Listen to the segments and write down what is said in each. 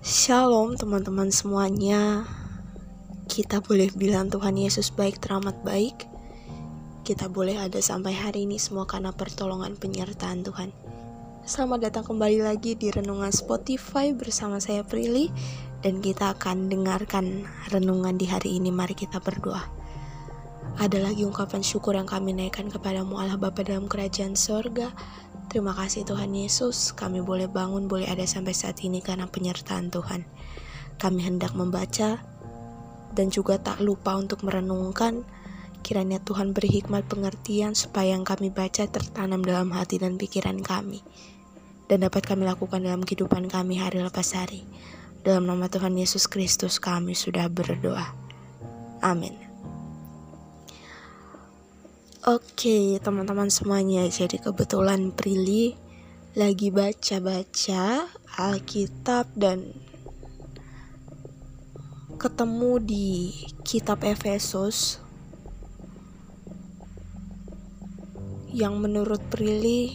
Shalom teman-teman semuanya. Kita boleh bilang Tuhan Yesus baik teramat baik. Kita boleh ada sampai hari ini semua karena pertolongan penyertaan Tuhan. Selamat datang kembali lagi di Renungan Spotify bersama saya Prilly. Dan kita akan dengarkan renungan di hari ini. Mari kita berdoa. Ada lagi ungkapan syukur yang kami naikkan kepadamu Allah Bapa dalam kerajaan sorga. Terima kasih Tuhan Yesus, kami boleh bangun, boleh ada sampai saat ini karena penyertaan Tuhan. Kami hendak membaca dan juga tak lupa untuk merenungkan. Kiranya Tuhan beri hikmat pengertian supaya yang kami baca tertanam dalam hati dan pikiran kami, dan dapat kami lakukan dalam kehidupan kami hari lepas hari. Dalam nama Tuhan Yesus Kristus kami sudah berdoa. Amin. Oke teman-teman semuanya, jadi kebetulan Prilly lagi baca-baca Alkitab dan ketemu di kitab Efesus yang menurut Prilly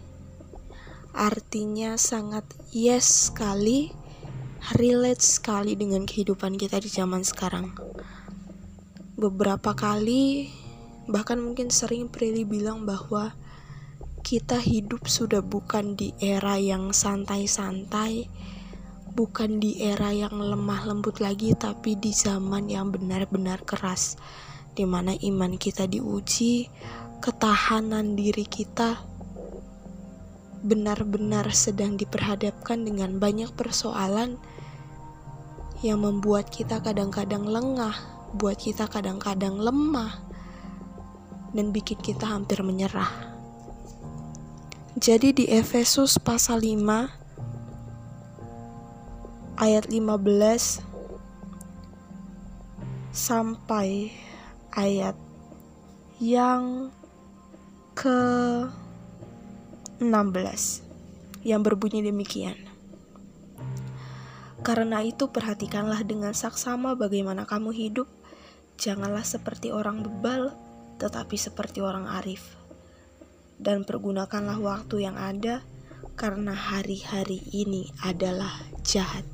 artinya sangat yes sekali, relate sekali dengan kehidupan kita di zaman sekarang. Beberapa kali, bahkan mungkin sering Prilly bilang bahwa kita hidup sudah bukan di era yang santai-santai, bukan di era yang lemah lembut lagi, tapi di zaman yang benar-benar keras, di mana iman kita diuji, ketahanan diri kita benar-benar sedang diperhadapkan dengan banyak persoalan yang membuat kita kadang-kadang lengah, buat kita kadang-kadang lemah, dan bikin kita hampir menyerah. Jadi di Efesus pasal 5 ayat 15 sampai ayat yang ke-16 yang berbunyi demikian. Karena itu perhatikanlah dengan saksama bagaimana kamu hidup, janganlah seperti orang bebal, tetapi seperti orang arif. Dan pergunakanlah waktu yang ada, karena hari-hari ini adalah jahat.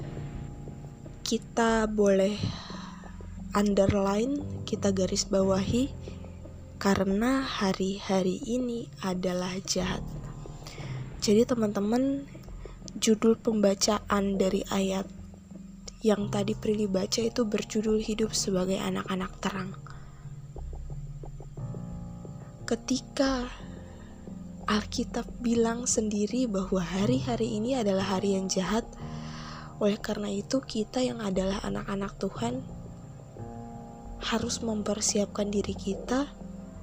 Kita boleh underline, kita garis bawahi, karena hari-hari ini adalah jahat. Jadi teman-teman, judul pembacaan dari ayat yang tadi Prilly baca itu berjudul Hidup sebagai Anak-anak Terang. Ketika Alkitab bilang sendiri bahwa hari-hari ini adalah hari yang jahat, oleh karena itu kita yang adalah anak-anak Tuhan harus mempersiapkan diri kita,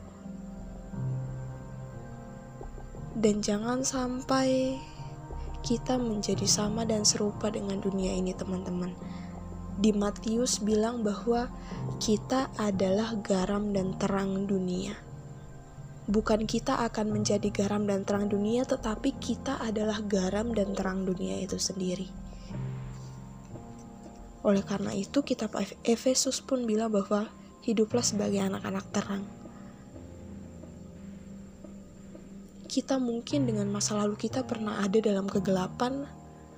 dan jangan sampai kita menjadi sama dan serupa dengan dunia ini teman-teman. Di Matius bilang bahwa kita adalah garam dan terang dunia. Bukan kita akan menjadi garam dan terang dunia, tetapi kita adalah garam dan terang dunia itu sendiri. Oleh karena itu kitab Efesus pun bilang bahwa hiduplah sebagai anak-anak terang. Kita mungkin dengan masa lalu kita pernah ada dalam kegelapan,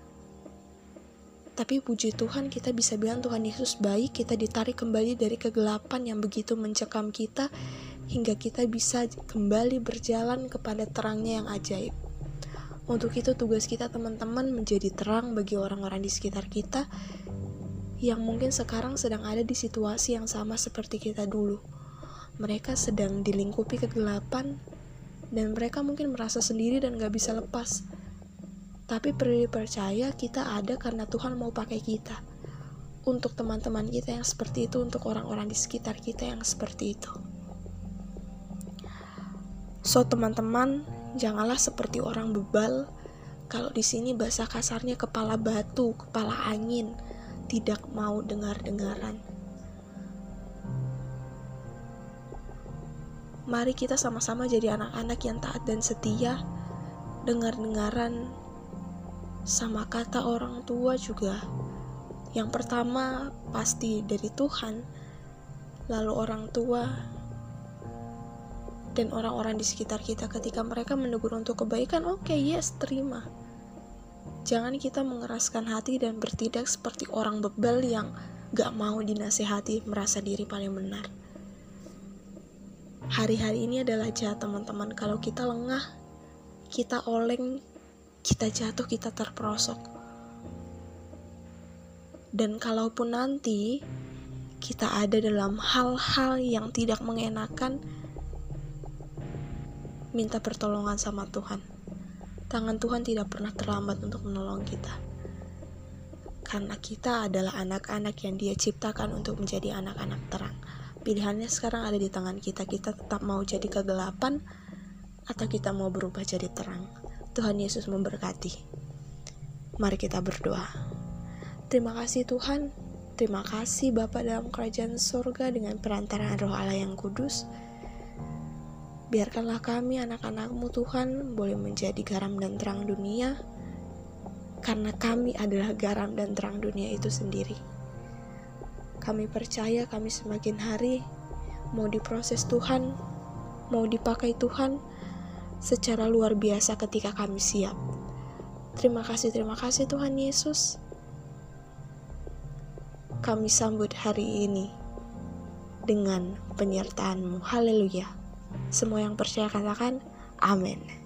tapi puji Tuhan kita bisa bilang Tuhan Yesus baik, kita ditarik kembali dari kegelapan yang begitu mencekam kita, hingga kita bisa kembali berjalan kepada terangnya yang ajaib. Untuk itu tugas kita teman-teman menjadi terang bagi orang-orang di sekitar kita yang mungkin sekarang sedang ada di situasi yang sama seperti kita dulu. Mereka sedang dilingkupi kegelapan dan mereka mungkin merasa sendiri dan gak bisa lepas. Tapi perlu percaya kita ada karena Tuhan mau pakai kita. Untuk teman-teman kita yang seperti itu, untuk orang-orang di sekitar kita yang seperti itu. So teman-teman, janganlah seperti orang bebal. Kalau di sini bahasa kasarnya kepala batu, kepala angin, tidak mau dengar-dengaran. Mari kita sama-sama jadi anak-anak yang taat dan setia, dengar-dengaran sama kata orang tua juga. Yang pertama pasti dari Tuhan, lalu orang tua, dan orang-orang di sekitar kita ketika mereka menegur untuk kebaikan, oke, yes, terima. Jangan kita mengeraskan hati dan bertindak seperti orang bebal yang gak mau dinasehati, merasa diri paling benar. Hari-hari ini adalah jahat teman-teman. Kalau kita lengah, kita oleng, kita jatuh, kita terperosok. Dan kalaupun nanti kita ada dalam hal-hal yang tidak mengenakan, minta pertolongan sama Tuhan. Tangan Tuhan tidak pernah terlambat untuk menolong kita. Karena kita adalah anak-anak yang Dia ciptakan untuk menjadi anak-anak terang. Pilihannya sekarang ada di tangan kita. Kita tetap mau jadi kegelapan atau kita mau berubah jadi terang. Tuhan Yesus memberkati. Mari kita berdoa. Terima kasih Tuhan. Terima kasih Bapa dalam kerajaan surga dengan perantaraan Roh Allah yang kudus. Biarkanlah kami anak-anak-Mu Tuhan boleh menjadi garam dan terang dunia, karena kami adalah garam dan terang dunia itu sendiri. Kami percaya kami semakin hari mau diproses Tuhan, mau dipakai Tuhan secara luar biasa ketika kami siap. Terima kasih Tuhan Yesus. Kami sambut hari ini dengan penyertaan-Mu. Haleluya. Semua yang percaya katakan amin.